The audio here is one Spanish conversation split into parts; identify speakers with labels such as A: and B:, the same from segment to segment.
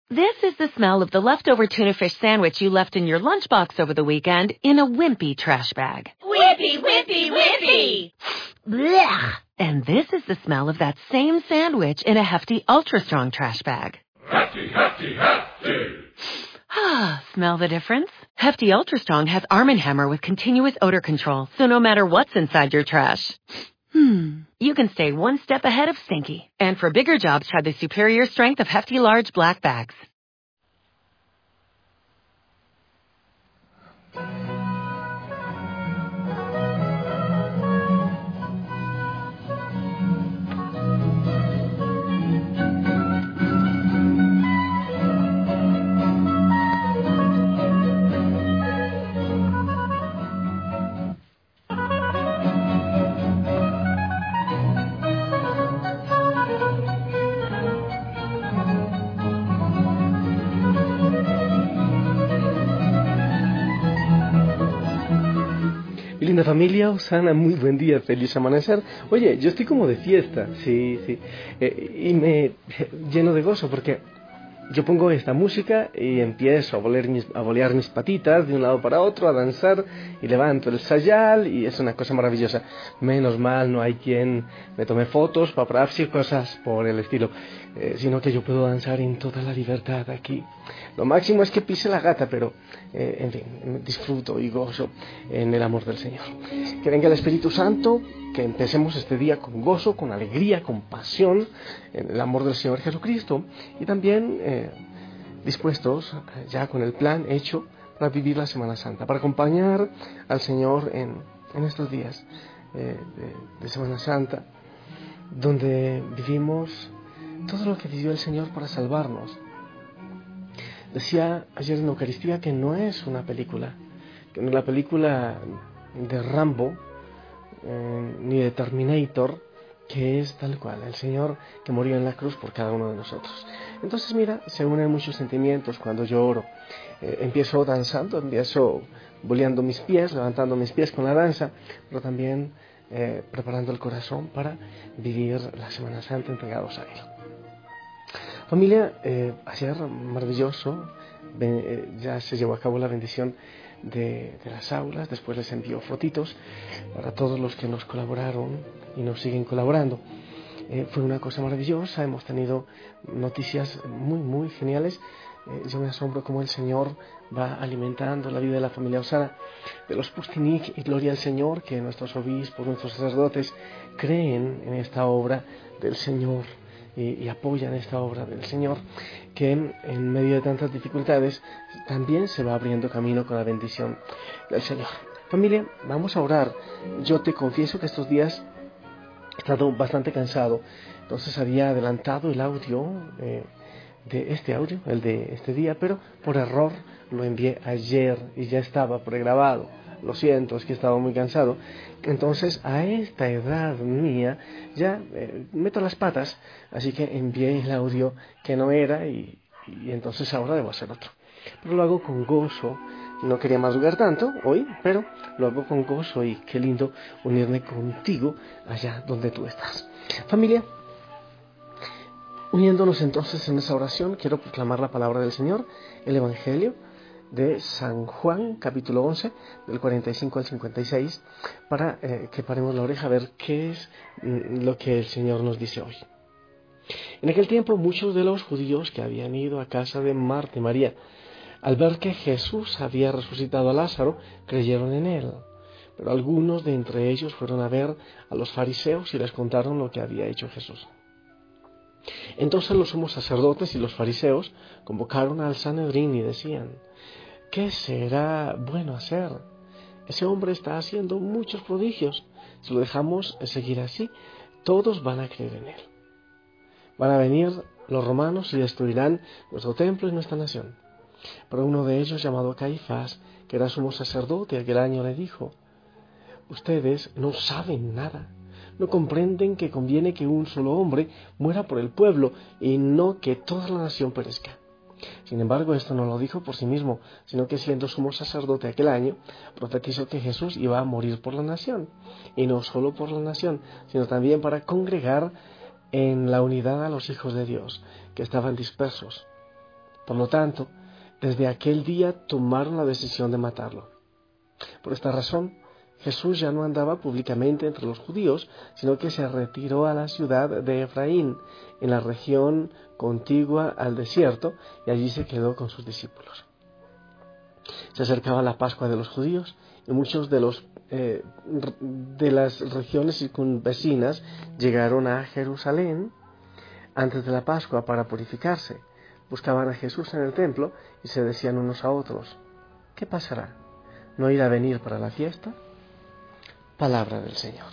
A: This is the smell of the leftover tuna fish sandwich you left in your lunchbox over the weekend in a wimpy trash bag.
B: Wimpy, wimpy, wimpy!
A: Blech! And this is the smell of that same sandwich in a hefty, ultra-strong trash bag.
C: Hefty, hefty, hefty!
A: Ah, smell the difference? Hefty Ultra Strong has Arm & Hammer with continuous odor control, so no matter what's inside your trash, you can stay one step ahead of stinky. And for bigger jobs, try the superior strength of Hefty Large Black Bags.
D: Linda familia, Osana, muy buen día, feliz amanecer. Oye, yo estoy como de fiesta, sí, y me lleno de gozo porque yo pongo esta música y empiezo a bolear mis patitas de un lado para otro, a danzar y levanto el sayal y es una cosa maravillosa. Menos mal no hay quien me tome fotos, paparazzi y cosas por el estilo, sino que yo puedo danzar en toda la libertad aquí. Lo máximo es que pise la gata, pero en fin, disfruto y gozo en el amor del Señor. Que venga el Espíritu Santo, que empecemos este día con gozo, con alegría, con pasión en el amor del Señor Jesucristo y también dispuestos ya con el plan hecho para vivir la Semana Santa, para acompañar al Señor en estos días de Semana Santa, donde vivimos todo lo que vivió el Señor para salvarnos. Decía ayer en la Eucaristía que no es una película, que no es la película de Rambo, ni de Terminator, que es tal cual, el Señor que murió en la cruz por cada uno de nosotros. Entonces mira, se unen muchos sentimientos cuando yo oro. Empiezo danzando, empiezo boleando mis pies, levantando mis pies con la danza, pero también preparando el corazón para vivir la Semana Santa entregados a Él. Familia, ayer maravilloso, ya se llevó a cabo la bendición de las aulas, después les envío fotitos para todos los que nos colaboraron y nos siguen colaborando. Fue una cosa maravillosa, hemos tenido noticias muy, muy geniales. Yo me asombro cómo el Señor va alimentando la vida de la familia Osana, de los Pustinik, y gloria al Señor que nuestros obispos, nuestros sacerdotes creen en esta obra del Señor y apoyan esta obra del Señor, que en medio de tantas dificultades también se va abriendo camino con la bendición del Señor. Familia, vamos a orar. Yo te confieso que estos días he estado bastante cansado, entonces había adelantado el audio de este audio, el de este día, pero por error lo envié ayer y ya estaba pregrabado. Lo siento, es que estaba muy cansado. Entonces, a esta edad mía, ya meto las patas, así que envié el audio que no era y entonces ahora debo hacer otro. Pero lo hago con gozo. No quería madrugar tanto hoy, pero lo hago con gozo y qué lindo unirme contigo allá donde tú estás. Familia, uniéndonos entonces en esa oración, quiero proclamar la palabra del Señor, el Evangelio de San Juan, capítulo 11, del 45 al 56, para que paremos la oreja a ver qué es lo que el Señor nos dice hoy. En aquel tiempo, muchos de los judíos que habían ido a casa de Marta y María, al ver que Jesús había resucitado a Lázaro, creyeron en él. Pero algunos de entre ellos fueron a ver a los fariseos y les contaron lo que había hecho Jesús. Entonces los sumos sacerdotes y los fariseos convocaron al Sanedrín y decían: ¿qué será bueno hacer? Ese hombre está haciendo muchos prodigios. Si lo dejamos seguir así, todos van a creer en él. Van a venir los romanos y destruirán nuestro templo y nuestra nación. Pero uno de ellos, llamado Caifás, que era sumo sacerdote aquel año, le dijo: ustedes no saben nada. No comprenden que conviene que un solo hombre muera por el pueblo y no que toda la nación perezca. Sin embargo, esto no lo dijo por sí mismo, sino que siendo sumo sacerdote aquel año, profetizó que Jesús iba a morir por la nación, y no solo por la nación, sino también para congregar en la unidad a los hijos de Dios, que estaban dispersos Por lo tanto, desde aquel día tomaron la decisión de matarlo. Por esta razón, Jesús ya no andaba públicamente entre los judíos, sino que se retiró a la ciudad de Efraín, en la región contigua al desierto, y allí se quedó con sus discípulos. Se acercaba la Pascua de los judíos, y muchos de las regiones circunvecinas llegaron a Jerusalén antes de la Pascua para purificarse. Buscaban a Jesús en el templo y se decían unos a otros: ¿qué pasará? ¿No irá a venir para la fiesta? Palabra del Señor.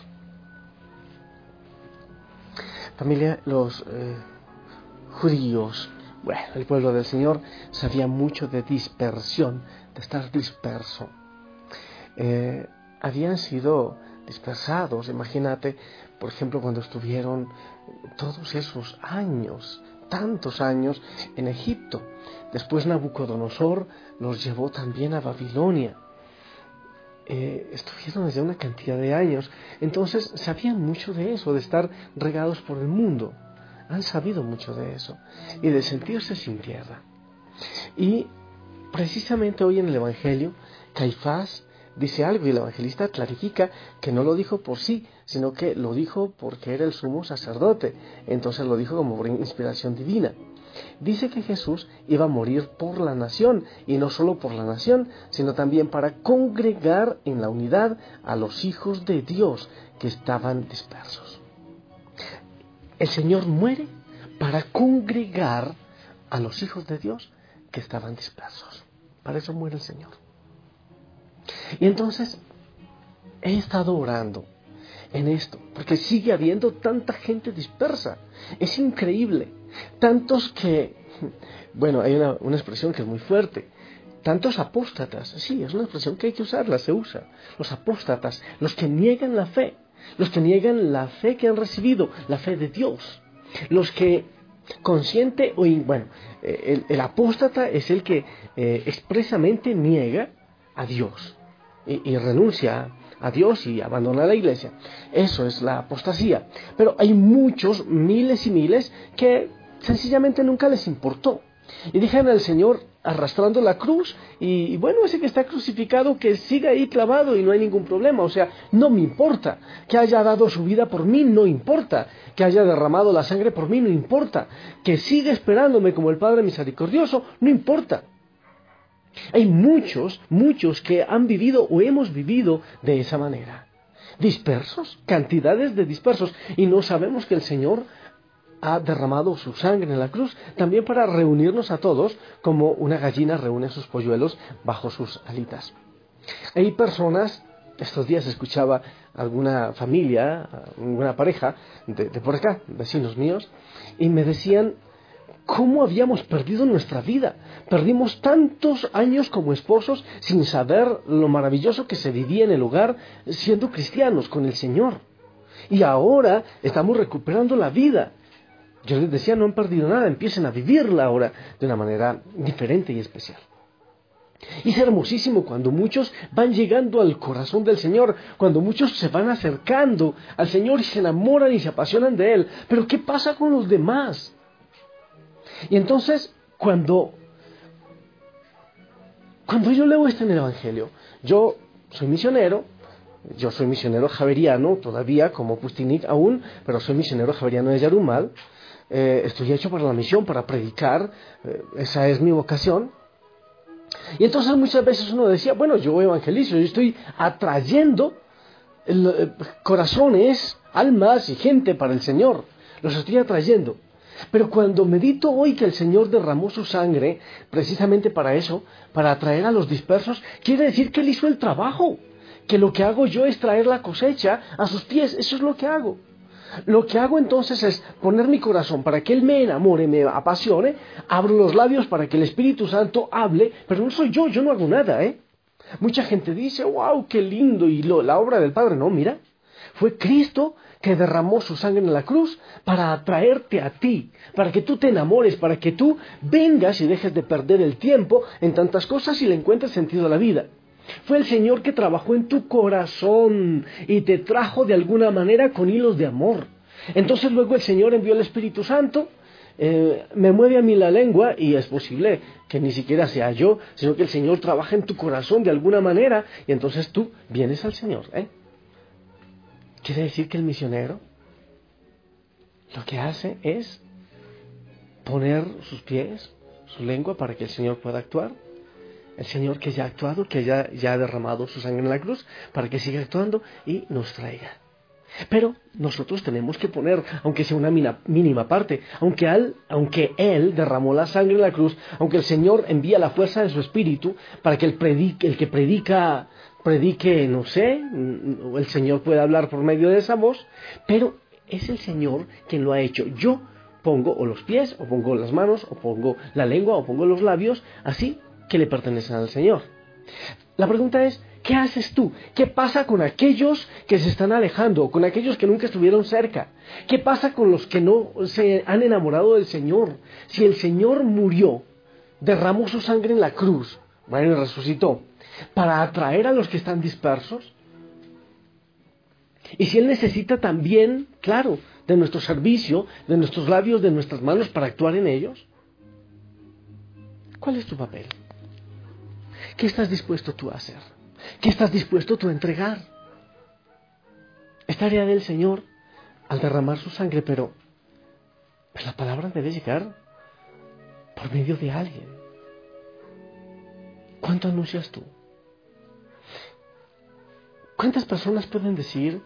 D: Familia, los judíos, el pueblo del Señor, sabía mucho de dispersión, de estar disperso. Habían sido dispersados, imagínate, por ejemplo, cuando estuvieron todos esos años, tantos años en Egipto. Después Nabucodonosor los llevó también a Babilonia. Estuvieron desde una cantidad de años. Entonces sabían mucho de eso, de estar regados por el mundo. Han sabido mucho de eso y de sentirse sin tierra. Y precisamente hoy en el Evangelio, Caifás dice algo y el evangelista clarifica que no lo dijo por sí, sino que lo dijo porque era el sumo sacerdote. Entonces lo dijo como por inspiración divina. Dice que Jesús iba a morir por la nación, y no solo por la nación, sino también para congregar en la unidad a los hijos de Dios que estaban dispersos. El Señor muere para congregar a los hijos de Dios que estaban dispersos. Para eso muere el Señor. Y entonces he estado orando en esto, porque sigue habiendo tanta gente dispersa. Es increíble. Tantos que, hay una expresión que es muy fuerte. Tantos apóstatas. Sí, es una expresión que hay que usarla, se usa. Los apóstatas, los que niegan la fe. Los que niegan la fe que han recibido, la fe de Dios. Los que el apóstata es el que expresamente niega a Dios y renuncia a Dios y abandona la iglesia. Eso es la apostasía. Pero hay muchos, miles y miles, que sencillamente nunca les importó y dejan al Señor arrastrando la cruz y ese que está crucificado que siga ahí clavado y no hay ningún problema. O sea, no me importa que haya dado su vida por mí, no importa que haya derramado la sangre por mí, no importa que siga esperándome como el Padre misericordioso, no importa. Hay muchos que han vivido o hemos vivido de esa manera, dispersos, cantidades de dispersos, y no sabemos que el Señor ha derramado su sangre en la cruz también para reunirnos a todos como una gallina reúne sus polluelos bajo sus alitas. Hay personas, estos días escuchaba alguna familia, una pareja de por acá, vecinos míos, y me decían cómo habíamos perdido nuestra vida. Perdimos tantos años como esposos sin saber lo maravilloso que se vivía en el hogar siendo cristianos con el Señor. Y ahora estamos recuperando la vida. Yo les decía, no han perdido nada, empiecen a vivirla ahora de una manera diferente y especial. Y es hermosísimo cuando muchos van llegando al corazón del Señor, cuando muchos se van acercando al Señor y se enamoran y se apasionan de Él. Pero ¿qué pasa con los demás? Y entonces, cuando yo leo esto en el Evangelio, yo soy misionero javeriano todavía, como Pustinik aún, pero soy misionero javeriano de Yarumal. Estoy hecho para la misión, para predicar, esa es mi vocación. Y entonces muchas veces uno decía, yo evangelizo, yo estoy atrayendo corazones, almas y gente para el Señor, los estoy atrayendo. Pero cuando medito hoy que el Señor derramó su sangre precisamente para eso, para atraer a los dispersos, quiere decir que Él hizo el trabajo, que lo que hago yo es traer la cosecha a sus pies. Eso es lo que hago. Lo que hago entonces es poner mi corazón para que Él me enamore, me apasione, abro los labios para que el Espíritu Santo hable, pero no soy yo no hago nada, Mucha gente dice, wow, qué lindo, y la obra del Padre. No, mira, fue Cristo que derramó su sangre en la cruz para atraerte a ti, para que tú te enamores, para que tú vengas y dejes de perder el tiempo en tantas cosas y le encuentres sentido a la vida. Fue el Señor que trabajó en tu corazón y te trajo de alguna manera con hilos de amor. Entonces luego el Señor envió el Espíritu Santo me mueve a mí la lengua y es posible que ni siquiera sea yo, sino que el Señor trabaja en tu corazón de alguna manera y entonces tú vienes al Señor. Quiere decir que el misionero lo que hace es poner sus pies, su lengua para que el Señor pueda actuar. El Señor que ya ha actuado, que ya ha derramado su sangre en la cruz, para que siga actuando y nos traiga. Pero nosotros tenemos que poner, aunque sea una mínima parte, aunque Él derramó la sangre en la cruz, aunque el Señor envía la fuerza de su Espíritu para que el que predique, no sé, el Señor puede hablar por medio de esa voz, pero es el Señor quien lo ha hecho. Yo pongo o los pies, o pongo las manos, o pongo la lengua, o pongo los labios, así que le pertenecen al Señor. La pregunta es, ¿qué haces tú? ¿Qué pasa con aquellos que se están alejando, con aquellos que nunca estuvieron cerca? ¿Qué pasa con los que no se han enamorado del Señor? Si el Señor murió, derramó su sangre en la cruz, bueno, y resucitó, para atraer a los que están dispersos, y si Él necesita también, claro, de nuestro servicio, de nuestros labios, de nuestras manos para actuar en ellos, ¿cuál es tu papel? ¿Qué estás dispuesto tú a hacer? ¿Qué estás dispuesto tú a entregar? Es tarea del Señor al derramar su sangre, pero la palabra debe llegar por medio de alguien. ¿Cuánto anuncias tú? ¿Cuántas personas pueden decir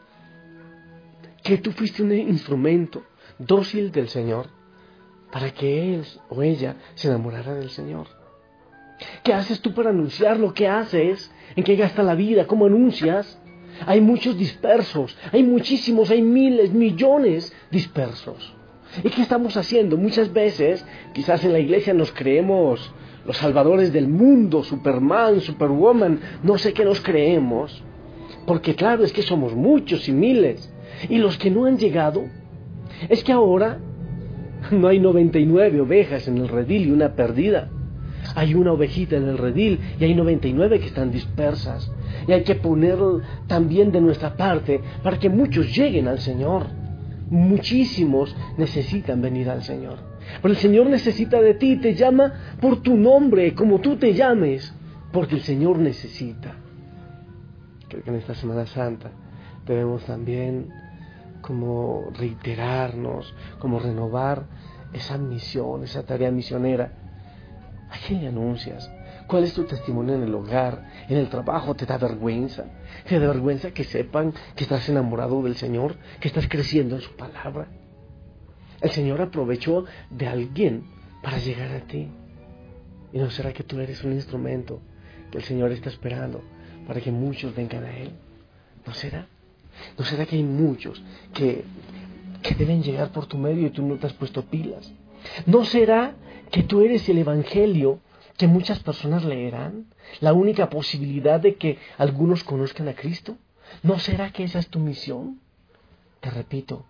D: que tú fuiste un instrumento dócil del Señor para que él o ella se enamorara del Señor? ¿Qué haces tú para anunciarlo? ¿Qué haces? ¿En qué gasta la vida? ¿Cómo anuncias? Hay muchos dispersos, hay muchísimos, hay miles, millones dispersos. ¿Y qué estamos haciendo? Muchas veces, quizás en la iglesia nos creemos los salvadores del mundo, Superman, Superwoman, no sé qué nos creemos. Porque claro, es que somos muchos y miles. Y los que no han llegado, es que ahora no hay 99 ovejas en el redil y una perdida. Hay una ovejita en el redil y hay 99 que están dispersas. Y hay que poner también de nuestra parte para que muchos lleguen al Señor. Muchísimos necesitan venir al Señor. Pero el Señor necesita de ti y te llama por tu nombre, como tú te llames, porque el Señor necesita. Creo que en esta Semana Santa debemos también como reiterarnos, como renovar esa misión, esa tarea misionera. ¿A quién le anuncias? ¿Cuál es tu testimonio en el hogar, en el trabajo? ¿Te da vergüenza? ¿Te da vergüenza que sepan que estás enamorado del Señor, que estás creciendo en su palabra? El Señor aprovechó de alguien para llegar a ti. ¿Y no será que tú eres un instrumento que el Señor está esperando para que muchos vengan a Él? ¿No será? ¿No será que hay muchos que deben llegar por tu medio y tú no te has puesto pilas? ¿No será que tú eres el Evangelio que muchas personas leerán? ¿La única posibilidad de que algunos conozcan a Cristo? ¿No será que esa es tu misión? Te repito,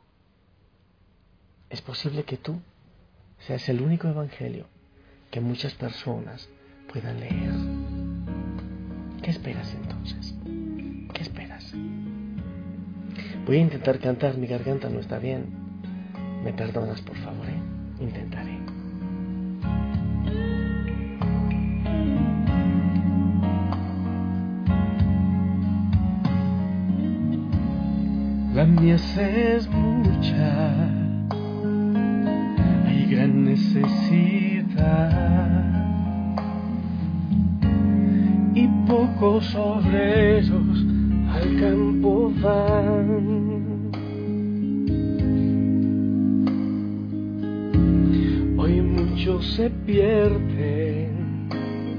D: es posible que tú seas el único Evangelio que muchas personas puedan leer. ¿Qué esperas entonces? ¿Qué esperas? Voy a intentar cantar, mi garganta no está bien. ¿Me perdonas, por favor? Intentaré. La mies es mucha, hay gran necesidad y pocos obreros al campo van. Hoy muchos se pierden,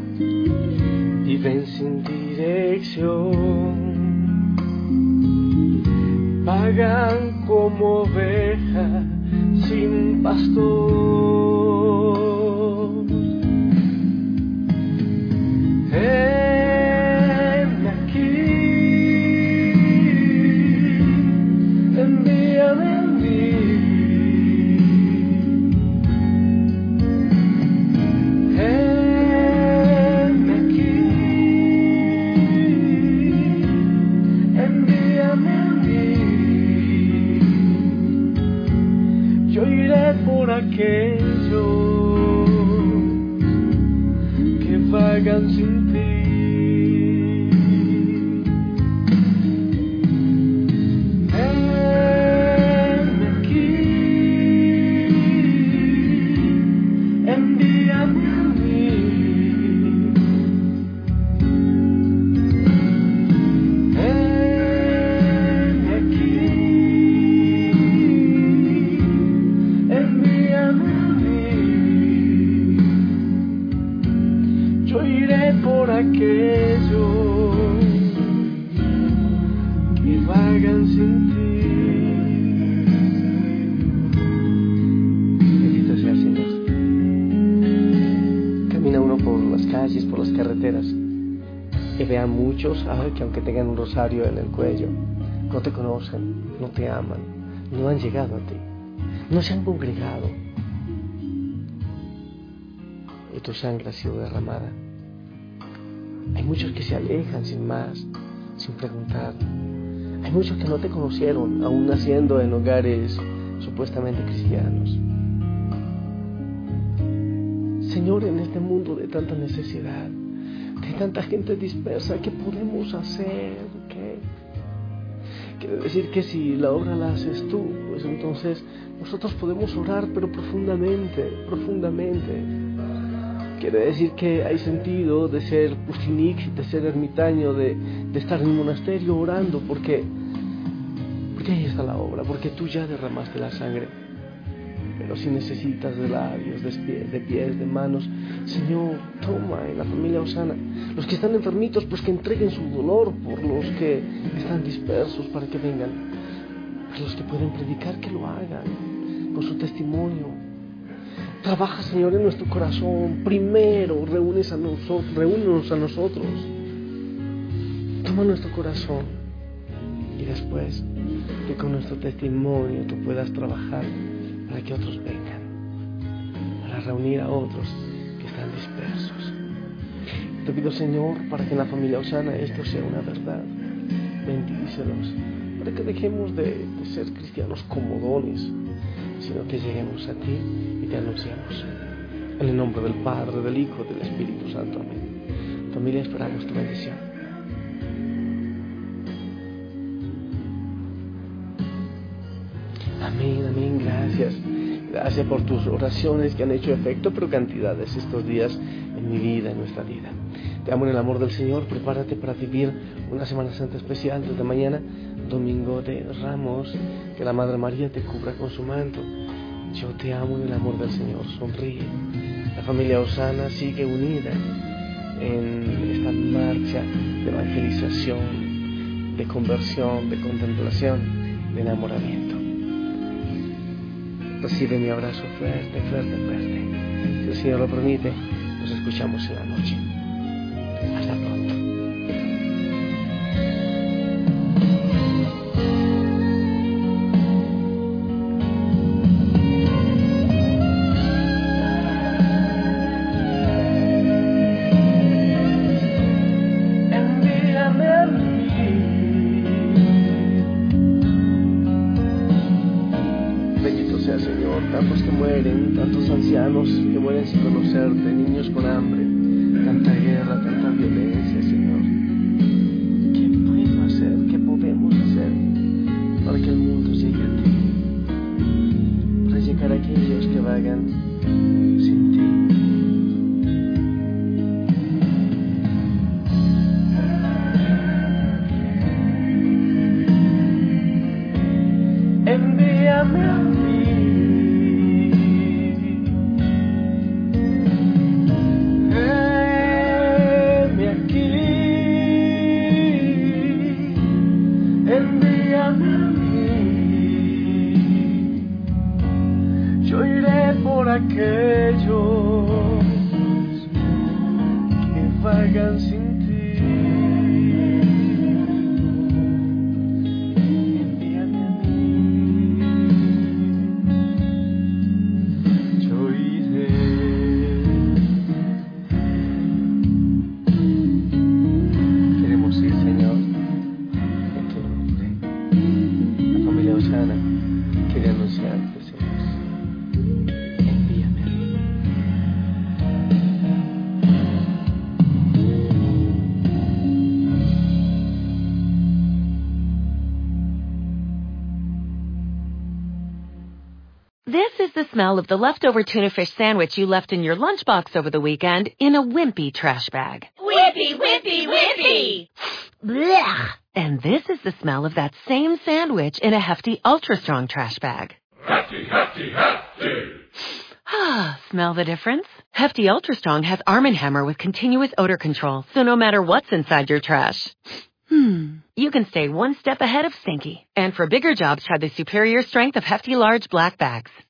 D: viven sin dirección, vagan como oveja sin pastor. Heme aquí, envíame a mí. Heme aquí, envíame a mí. Yo iré por aquel vagan sin ti. Heme aquí, envíame a mí. Heme aquí, envíame a mí. Yo iré por aquellos que vagan sin ti. Bendito sea el Señor. Camina uno por las calles, por las carreteras, y ve a muchos que aunque tengan un rosario en el cuello, no te conocen, no te aman, no han llegado a ti, no se han congregado, y tu sangre ha sido derramada. Hay muchos que se alejan sin más, sin preguntar. Hay muchos que no te conocieron, aún naciendo en hogares supuestamente cristianos. Señor, en este mundo de tanta necesidad, de tanta gente dispersa, ¿qué podemos hacer? ¿Qué? Quiere decir que si la obra la haces tú, pues entonces nosotros podemos orar, pero profundamente, profundamente. Quiere decir que hay sentido de ser pustinik, de ser ermitaño, de estar en un monasterio orando, porque ahí está la obra, porque tú ya derramaste la sangre. Pero si necesitas de labios, de pies, de manos, Señor, toma en la familia Osana. Los que están enfermitos, pues que entreguen su dolor por los que están dispersos para que vengan. A los que pueden predicar, que lo hagan con su testimonio. Trabaja, Señor, en nuestro corazón. Primero, reúnenos a nosotros. Toma nuestro corazón. Y después, que con nuestro testimonio tú puedas trabajar para que otros vengan. Para reunir a otros que están dispersos. Te pido, Señor, para que en la familia Osana esto sea una verdad. Bendícelos. Para que dejemos de ser cristianos comodones, sino que lleguemos a ti y te anunciamos. En el nombre del Padre, del Hijo, del Espíritu Santo. Amén. Familia, esperamos tu bendición. Amén, amén, gracias. Gracias por tus oraciones que han hecho efecto, pero cantidades estos días en mi vida, en nuestra vida. Te amo en el amor del Señor. Prepárate para vivir una Semana Santa especial desde mañana, Domingo de Ramos. Que la Madre María te cubra con su manto. Yo te amo en el amor del Señor. Sonríe. La familia Osana sigue unida en esta marcha de evangelización, de conversión, de contemplación, de enamoramiento. Recibe mi abrazo fuerte, fuerte, fuerte. Si el Señor lo permite, nos escuchamos en la noche. Hasta pronto. Señor, tantos que mueren, tantos ancianos que mueren sin conocerte, niños con hambre, tanta guerra, tanta violencia, Señor. ¿Qué puedo hacer? ¿Qué podemos hacer para que el mundo llegue a ti? Para llegar a aquellos que vagan sin ti. Envíame a mí. Envíame a mí. Yo iré por aquellos que vagan sin ti. Envíame a mí. Yo iré. Queremos ir, Señor. Osana, quiere anunciarte, Señor. Envíame a mí.
A: This is the smell of the leftover tuna fish sandwich you left in your lunchbox over the weekend in a wimpy trash bag.
B: Whippy, whippy, whippy!
A: Blech! And this is the smell of that same sandwich in a Hefty Ultra Strong trash bag.
C: Hefty, hefty, hefty!
A: Ah, smell the difference? Hefty Ultra Strong has Arm & Hammer with continuous odor control, so no matter what's inside your trash, you can stay one step ahead of stinky. And for bigger jobs, try the superior strength of Hefty Large Black Bags.